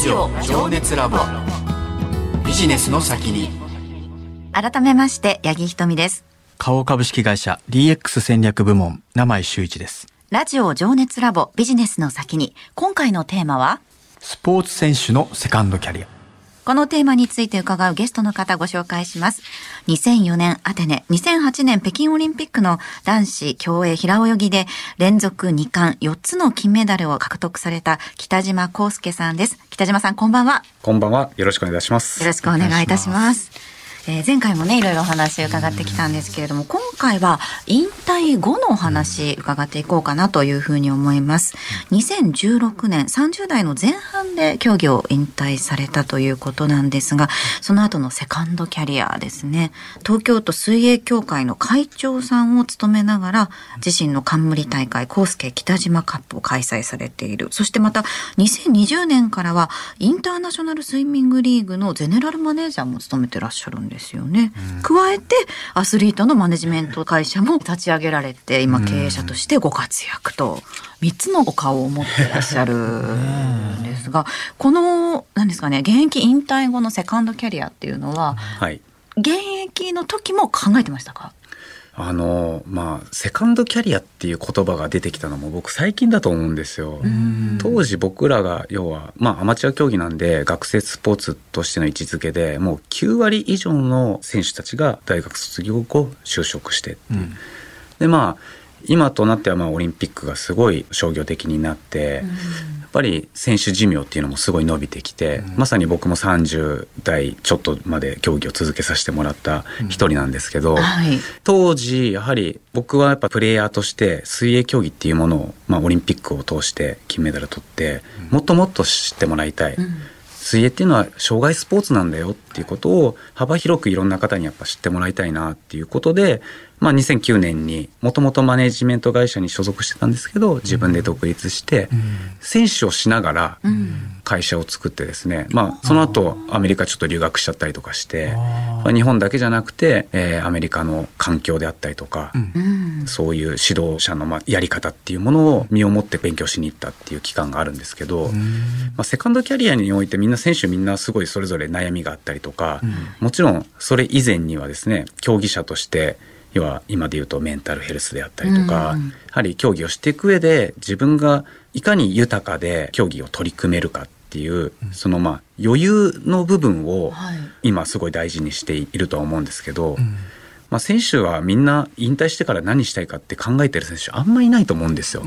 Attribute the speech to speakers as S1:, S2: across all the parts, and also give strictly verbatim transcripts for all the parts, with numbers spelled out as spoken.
S1: ジオ情熱ラボ、ビジネスの先に。
S2: 改めまして八木ひとみです。
S3: 花王株式会社 ディーエックス 戦略部門名井修一です。
S2: ラジオ情熱ラボビジネスの先に、今回のテーマは
S3: スポーツ選手のセカンドキャリア。
S2: このテーマについて伺うゲストの方ご紹介します。にせんよねんアテネ、にせんはちねん北京オリンピックの男子競泳平泳ぎで連続に冠よっつの金メダルを獲得された北島康介さんです。北島さん、こんばんは。
S4: こんばんは。よろしくお願いします。
S2: よろしくお願いいたします。えー、前回もねいろいろお話伺ってきたんですけれども、今回は引退後のお話伺っていこうかなというふうに思います。にせんじゅうろくねんさんじゅう代の前半で競技を引退されたということなんですが、その後のセカンドキャリアですね。東京都水泳協会の会長さんを務めながら自身の冠大会康介北島カップを開催されている。そしてまたにせんにじゅうねんからはインターナショナルスイミングリーグのゼネラルマネージャーも務めてらっしゃるんですですよね。うん、加えてアスリートのマネジメント会社も立ち上げられて、今経営者としてご活躍とみっつのお顔を持ってらっしゃるんですが、この何ですかね、現役引退後のセカンドキャリアっていうのは、はい、現役の時も考えてましたか？
S4: あのまあセカンドキャリアっていう言葉が出てきたのも僕最近だと思うんですよ。当時僕らが要はまあアマチュア競技なんで学生スポーツとしての位置づけでもうきゅうわり以上の選手たちが大学卒業後就職してっていう、うん、でまあ今となってはまあオリンピックがすごい商業的になって、うん、やっぱり選手寿命っていうのもすごい伸びてきて、うん、まさに僕もさんじゅう代ちょっとまで競技を続けさせてもらった一人なんですけど、うんはい、当時やはり僕はやっぱプレイヤーとして水泳競技っていうものを、まあ、オリンピックを通して金メダル取ってもっともっと知ってもらいたい、うん、水泳っていうのは障害スポーツなんだよっていうことを幅広くいろんな方にやっぱ知ってもらいたいなっていうことで、まあ、にせんきゅうねんにもともとマネジメント会社に所属してたんですけど、自分で独立して選手をしながら会社を作ってですね、まあ、その後アメリカちょっと留学しちゃったりとかして、まあ、日本だけじゃなくて、えー、アメリカの環境であったりとか、そういう指導者のまあやり方っていうものを身をもって勉強しに行ったっていう期間があるんですけど、まあ、セカンドキャリアにおいてみんな選手みんなすごいそれぞれ悩みがあったりとか、もちろんそれ以前にはですね、競技者として要は今で言うとメンタルヘルスであったりとか、うん、やはり競技をしていく上で自分がいかに豊かで競技を取り組めるかっていう、うん、そのまあ余裕の部分を今すごい大事にしているとは思うんですけど、うんまあ、選手はみんな引退してから何したいかって考えてる選手あんまりいないと思うんですよ。うん、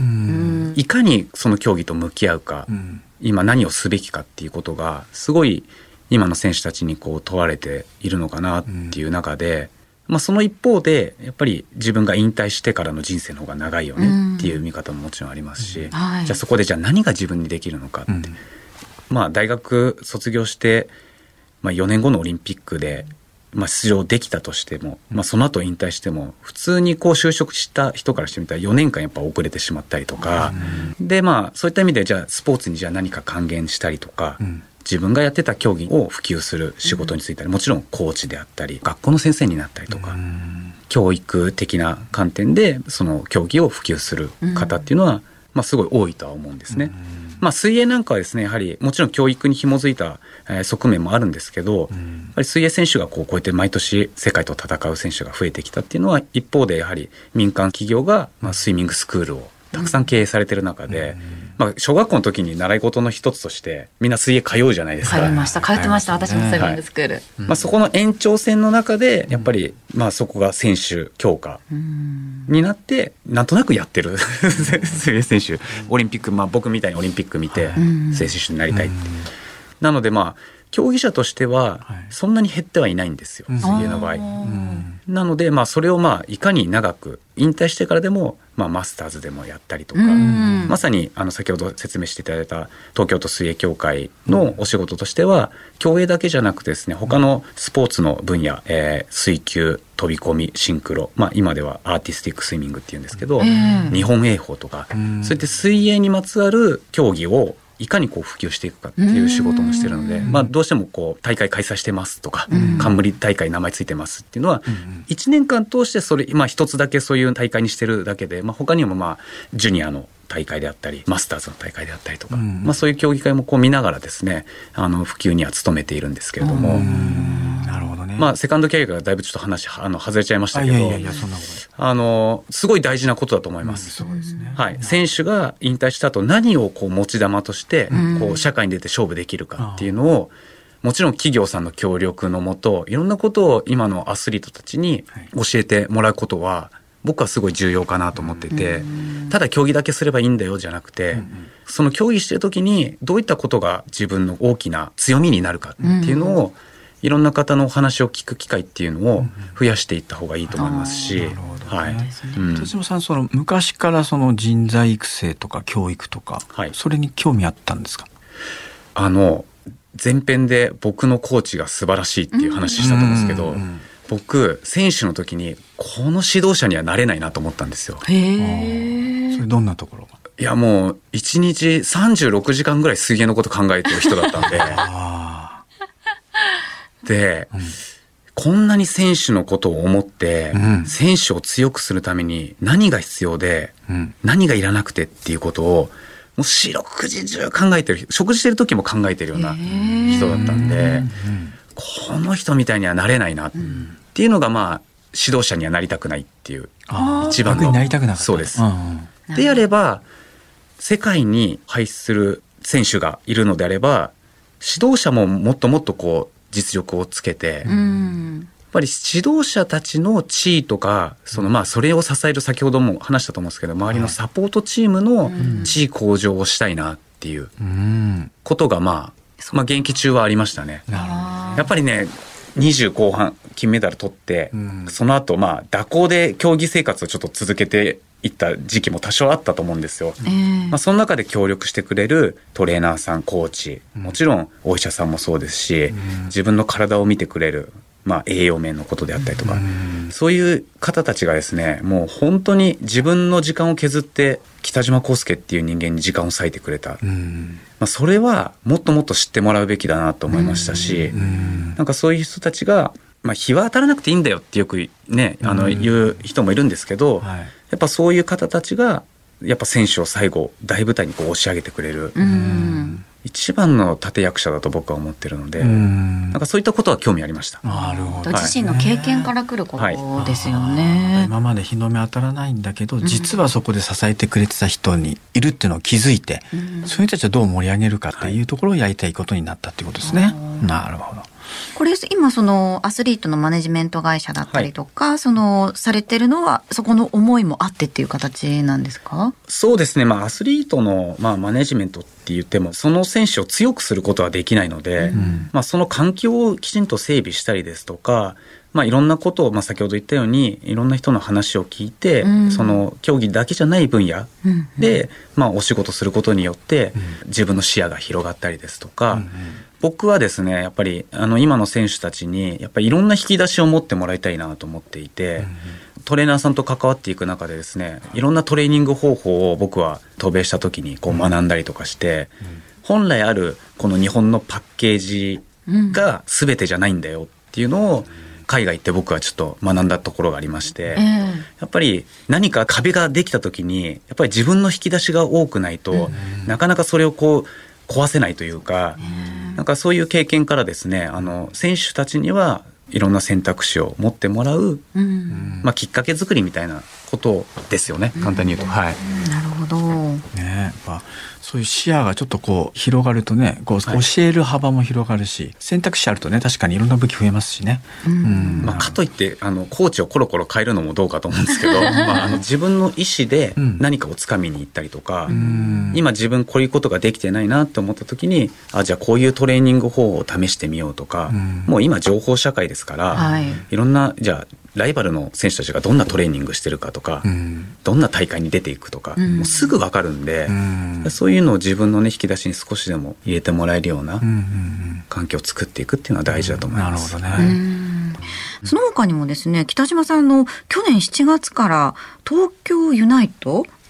S4: いかにその競技と向き合うか、うん、今何をすべきかっていうことがすごい今の選手たちにこう問われているのかなっていう中で、まあ、その一方でやっぱり自分が引退してからの人生の方が長いよねっていう見方ももちろんありますし、うんはい、じゃあそこでじゃあ何が自分にできるのかって、うんまあ、大学卒業して、まあ、よねんごのオリンピックで、まあ、出場できたとしても、まあ、その後引退しても普通にこう就職した人からしてみたらよねんかんやっぱ遅れてしまったりとか、うん、でまあそういった意味でじゃあスポーツにじゃあ何か還元したりとか、うん自分がやってた競技を普及する仕事に就いたり、もちろんコーチであったり学校の先生になったりとか、教育的な観点でその競技を普及する方っていうのは、まあ、すごい多いとは思うんですね。まあ、水泳なんかはですねやはりもちろん教育に紐づいた、えー、側面もあるんですけど、やっぱり水泳選手がこうこうやって毎年世界と戦う選手が増えてきたっていうのは一方でやはり民間企業が、まあ、スイミングスクールをたくさん経営されてる中で、まあ、小学校の時に習い事の一つとしてみんな水泳通うじゃないですか。
S2: 通いました、通ってました、私もスイミングスクール、はい
S4: まあ、そこの延長線の中でやっぱり、まあ、そこが選手強化になってなんとなくやってる水泳選手オリンピック、まあ、僕みたいにオリンピック見て水泳選手になりたいってなのでまあ競技者としてはそんなに減ってはいないんですよ、はい、水泳の場合、うん、なのでまあそれをまあいかに長く引退してからでもまあマスターズでもやったりとか、まさにあの先ほど説明していただいた東京都水泳協会のお仕事としては競泳だけじゃなくてですね他のスポーツの分野、えー、水球飛び込みシンクロ、まあ、今ではアーティスティックスイミングっていうんですけど、日本泳法とかそういった水泳にまつわる競技をいかにこう普及していくかっていう仕事もしてるので、まあ、どうしてもこう大会開催してますとか冠大会名前ついてますっていうのはいちねんかん通してそれ、まあ、一つだけそういう大会にしてるだけで、まあ、他にもまあジュニアの大会であったりマスターズの大会であったりとか、
S3: うん
S4: まあ、そういう競技会もこう見ながらですねあの普及には努めているんですけれども、
S3: なるほどね。
S4: まあ、セカンドキャリアがだいぶちょっと話あの外れちゃいましたけど、
S3: いやいやいやそんなことない。
S4: あのすごい大事なことだと思います。
S3: うんそうですね。
S4: はい、選手が引退した後何をこう持ち玉としてこう社会に出て勝負できるかっていうのを、もちろん企業さんの協力のもといろんなことを今のアスリートたちに教えてもらうことは僕はすごい重要かなと思っていて、ただ競技だけすればいいんだよじゃなくて、その競技してる時にどういったことが自分の大きな強みになるかっていうのをいろんな方のお話を聞く機会っていうのを増やしていった方がいいと思いますし、
S3: なるほどね。
S4: はいうん
S3: 豊島さん、その昔からその人材育成とか教育とか、
S4: はい
S3: それに興味あったんですか？
S4: あの前編で僕のコーチが素晴らしいっていう話したと思うんですけど、
S3: うんうんうん
S4: 僕選手の時にこの指導者にはなれないなと思ったんですよ。
S2: へえ。
S3: それどんなところが？
S4: いやもういちにちさんじゅうろくじかんぐらい水泳のこと考えてる人だったんで
S3: あ
S4: で、
S3: うん
S4: こんなに選手のことを思って、
S3: うん
S4: 選手を強くするために何が必要で、
S3: うん
S4: 何がいらなくてっていうことをもう四六時中考えてる、食事してる時も考えてるような人だったんで、この人みたいにはなれないなっていうのが、まあ指導者にはなりたくないっていう
S3: あー
S4: 一番の
S3: 逆になりたくなかった。
S4: そうです。
S3: んん
S4: でやれば世界に輩出する選手がいるのであれば指導者ももっともっとこう実力をつけて、
S2: う
S4: やっ
S2: ん。
S4: ぱり指導者たちの地位とかそのまあそれを支える先ほども話したと思うんですけど周りのサポートチームの地位向上をしたいなっていう
S3: うん
S4: ことがまあ、まあ現役中はありましたね。
S3: なるほど。
S4: やっぱりねにじゅう後半金メダル取って、
S3: うん
S4: その後まあ蛇行で競技生活をちょっと続けていった時期も多少あったと思うんですよ。
S2: ええ。
S4: まあ、その中で協力してくれるトレーナーさんコーチもちろんお医者さんもそうですし、
S3: うん
S4: 自分の体を見てくれる、まあ、栄養面のことであったりとか、
S3: うん
S4: そういう方たちがですねもう本当に自分の時間を削って北島康介っていう人間に時間を割いてくれた、
S3: うん
S4: まあ、それはもっともっと知ってもらうべきだなと思いましたし、
S3: うん
S4: なんかそういう人たちが、まあ、日は当たらなくていいんだよってよくねあの
S3: うん
S4: 言う人もいるんですけど、
S3: はい
S4: やっぱそういう方たちがやっぱ選手を最後大舞台にこう押し上げてくれる
S2: うん。
S4: 一番の立役者だと僕は思ってるので、
S3: うん
S4: なんかそういったことは興味ありました。
S3: なるほど。
S2: 自身の経験から来ることですよ
S3: あー
S2: ね。
S3: 今まで日の目当たらないんだけど、実はそこで支えてくれてた人にいるっていうのを気づいて、
S2: うん
S3: そういう人たちをどう盛り上げるかっていうところをやりたいことになったっていうことですね。なるほど。
S2: これ今そのアスリートのマネジメント会社だったりとか、そのされてるのはそこの思いもあってっていう形なんですか？
S4: そうですね、まあ、アスリートの、まあ、マネジメントって言ってもその選手を強くすることはできないので、
S3: ん
S4: まあ、その環境をきちんと整備したりですとか、まあ、いろんなことを、まあ、先ほど言ったようにいろんな人の話を聞いて、
S2: うん
S4: その競技だけじゃない分野
S2: うん
S4: で、まあ、お仕事することによって自分の視野が広がったりですとか、僕はですねやっぱりあの今の選手たちにやっぱりいろんな引き出しを持ってもらいたいなと思っていて、トレーナーさんと関わっていく中でですねいろんなトレーニング方法を僕は渡米した時にこう学んだりとかして、本来あるこの日本のパッケージが全てじゃないんだよっていうのを海外行って僕はちょっと学んだところがありまして、
S2: ええ
S4: やっぱり何か壁ができた時にやっぱり自分の引き出しが多くないと、なかなかそれをこう壊せないというか、なんかそういう経験からですねあの選手たちにはいろんな選択肢を持ってもらう、
S2: うん
S4: まあ、きっかけ作りみたいなことですよね簡単に言うと、はい、
S2: なるほど。
S3: ね、やっぱそういう視野がちょっとこう広がるとね、こう
S4: はい
S3: 教える幅も広がるし、選択肢あるとね確かにいろんな武器増えますしね。うん
S4: まあ、かといってあのコーチをコロコロ変えるのもどうかと思うんですけどまあ、あの自分の意思で何かをつかみに行ったりとか、
S3: うん
S4: 今自分こういうことができてないなって思った時にあじゃあこういうトレーニング方法を試してみようとか、
S3: うん
S4: もう今情報社会ですから、
S2: はい
S4: いろんなじゃあライバルの選手たちがどんなトレーニングしてるかとか、
S3: うん
S4: どんな大会に出ていくとか、
S2: うん
S4: もうすぐ分かるんで、
S3: うん
S4: そういうのを自分の、ね、引き出しに少しでも入れてもらえるような
S3: うんうん
S4: 環境を作っていくっていうのは大事だと思います。
S3: なるほどね。
S2: うんその他にもですね、北島さんの去年しちがつから東京ユナイト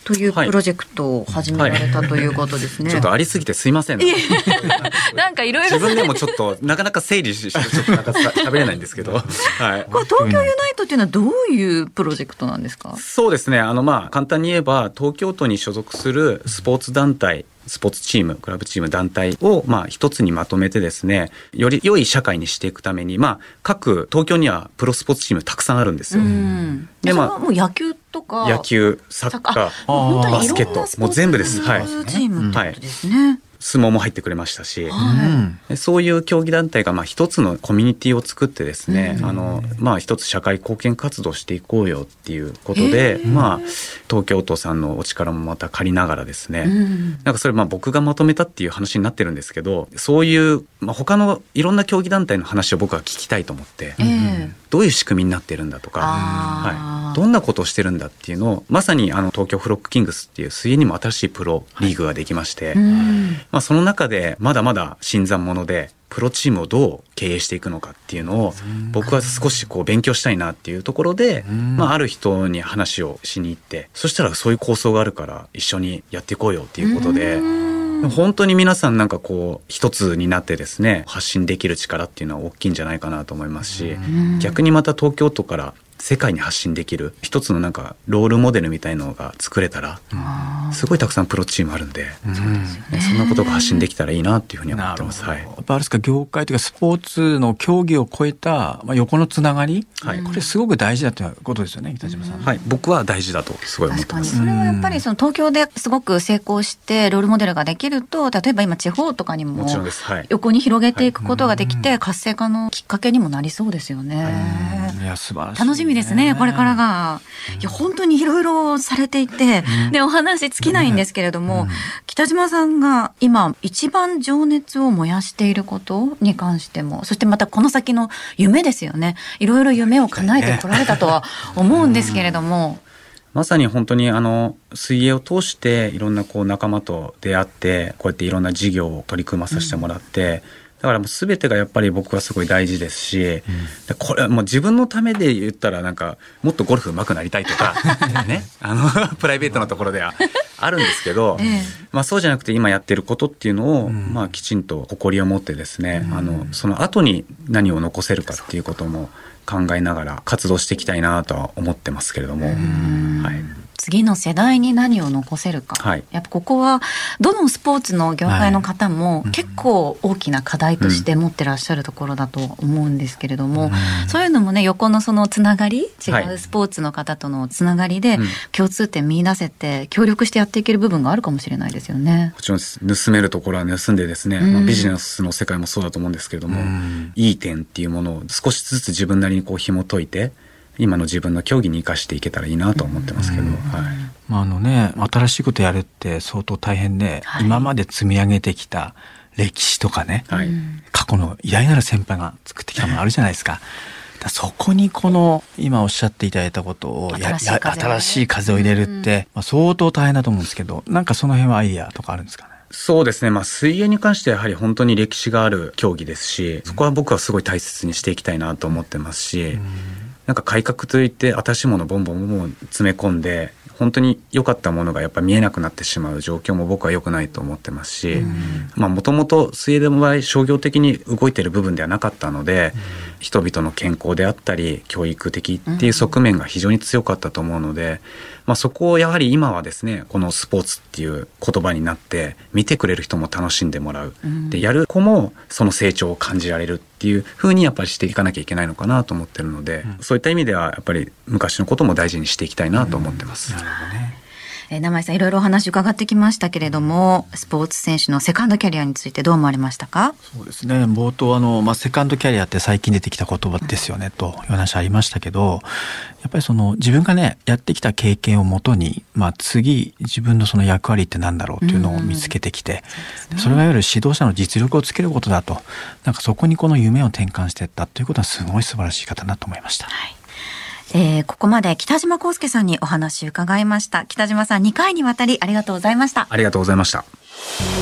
S2: というプロジェクトを始められたということですね。
S4: ちょっとありすぎてすいません、ね、
S2: なんかいろいろ
S4: 自分でもちょっとなかなか整理してちょっとなんか喋れないんですけど、はい、
S2: これ東京ユナイトっていうのはどういうプロジェクトなんですか？
S4: そうですね、あのまあ簡単に言えば東京都に所属するスポーツ団体、スポーツチーム、クラブチーム、団体をまあ一つにまとめてですね、より良い社会にしていくために、まあ各東京にはプロスポーツチームたくさんあるんですよ。
S2: うんでまあもう野球とか
S4: 野球、サッカー、バスケット、もう全部です。はい。
S2: チームってことですね。はい、
S4: 相撲も入ってくれましたし、
S2: はい、
S4: そういう競技団体がまあ一つのコミュニティを作ってですね、あのまあ一つ社会貢献活動していこうよっていうことで、まあ東京都さんのお力もまた借りながらですね、なんかそれまあ僕がまとめたっていう話になってるんですけど、そういうまあ他のいろんな競技団体の話を僕は聞きたいと思って、どういう仕組みになってるんだとか、はい、どんなことをしてるんだっていうのを、まさにあの東京フロッグキングスっていう水泳にも新しいプロリーグができまして、まあ、その中でまだまだ新参者でプロチームをどう経営していくのかっていうのを僕は少しこう勉強したいなっていうところで、まあ、ある人に話をしに行って、そしたらそういう構想があるから一緒にやっていこうよっていうことで、本当に皆さんなんかこう一つになってですね発信できる力っていうのは大きいんじゃないかなと思いますし、逆にまた東京都から世界に発信できる一つのなんかロールモデルみたいのが作れたら、すごいたくさんプロチームあるんで、うんそんなことが発信できたらいいなっていうふうに思ってます。はい、
S3: やっぱあれですか、業界というかスポーツの競技を超えた、まあ、横のつながり、はい、これすごく大事だということですよね、北島さん。
S4: はい、僕は大事だとすごい思ってます。
S2: それはやっぱりその東京ですごく成功してロールモデルができると、例えば今地方とかにも横に広げていくことができて活性化のきっかけにもなりそうですよね。
S3: いや素晴らしい、
S2: 楽しみですね、これからが。いや本当にいろいろされていて、うん、でお話尽きないんですけれども、うん、北島さんが今一番情熱を燃やしていることに関しても、そしてまたこの先の夢ですよね。いろいろ夢を叶えてこられたとは思うんですけれども、
S4: まさに本当にあの水泳を通していろんなこう仲間と出会って、こうやっていろんな事業を取り組まさせてもらって、うんだからもう全てがやっぱり僕はすごい大事ですし、うん、これはもう自分のためで言ったらなんかもっとゴルフ上手くなりたいとかね、あのプライベートなところではあるんですけど、ええまあ、そうじゃなくて今やってることっていうのを、うんまあ、きちんと誇りを持ってですね、うん、あのその後に何を残せるかっていうことも考えながら活動していきたいなとは思ってますけれども、はい、
S2: 次の世代に何を残せるか、はい、やっぱここはどのスポーツの業界の方も結構大きな課題として持ってらっしゃるところだと思うんですけれども、うん、そういうのもね横のそのつながり、違うスポーツの方とのつながりで共通点見出せて協力してやっていける部分があるかもしれないですよね。
S4: もちろん盗めるところは盗んでですね、うんまあ、ビジネスの世界もそうだと思うんですけれども、うん、いい点っていうものを少しずつ自分なりにこう紐解いて今の自分の競技に生かしていけたらいいなと思ってますけど、うんはい
S3: まああのね、新しいことやるって相当大変で、はい、今まで積み上げてきた歴史とかね、はい、過去の偉大なる先輩が作ってきたものあるじゃないですか。だそこにこの今おっしゃっていただいたことをや新しい風、ね、新しい風を入れるって、うんまあ、相当大変だと思うんですけど、なんかその辺はアイデアとかあるんですかね。
S4: そうですね、まあ、水泳に関してはやはり本当に歴史がある競技ですし、そこは僕はすごい大切にしていきたいなと思ってますし、うんなんか改革といって新しいものをボンボンボンボン詰め込んで本当に良かったものがやっぱ見えなくなってしまう状況も僕は良くないと思ってますし、もともと水泳の場合商業的に動いている部分ではなかったので、うん、人々の健康であったり教育的っていう側面が非常に強かったと思うので、まあ、そこをやはり今はですねこのスポーツっていう言葉になって見てくれる人も楽しんでもらう、うん、でやる子もその成長を感じられるっていう風にやっぱりしていかなきゃいけないのかなと思ってるので、うん、そういった意味ではやっぱり昔のことも大事にしていきたいなと思ってます、うん、なるほどね。
S2: えー、名前さんいろいろお話伺ってきましたけれども、スポーツ選手のセカンドキャリアについてどう思われましたか。
S3: そうですね、冒頭あの、まあ、セカンドキャリアって最近出てきた言葉ですよね、うん、という話ありましたけど、やっぱりその自分がねやってきた経験をもとに、まあ、次自分のその役割ってなんだろうっていうのを見つけてきて、うん そ, ね、それがいわゆる指導者の実力をつけることだと、なんかそこにこの夢を転換していったということはすごい素晴らしい方だと思いました。
S2: はいえー、ここまで北島康介さんにお話伺いました。北島さんにかいにわたりありがとうございました。
S4: ありがとうございました。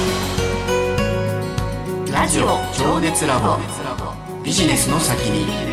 S1: ラジオ情熱ラボビジネスの先に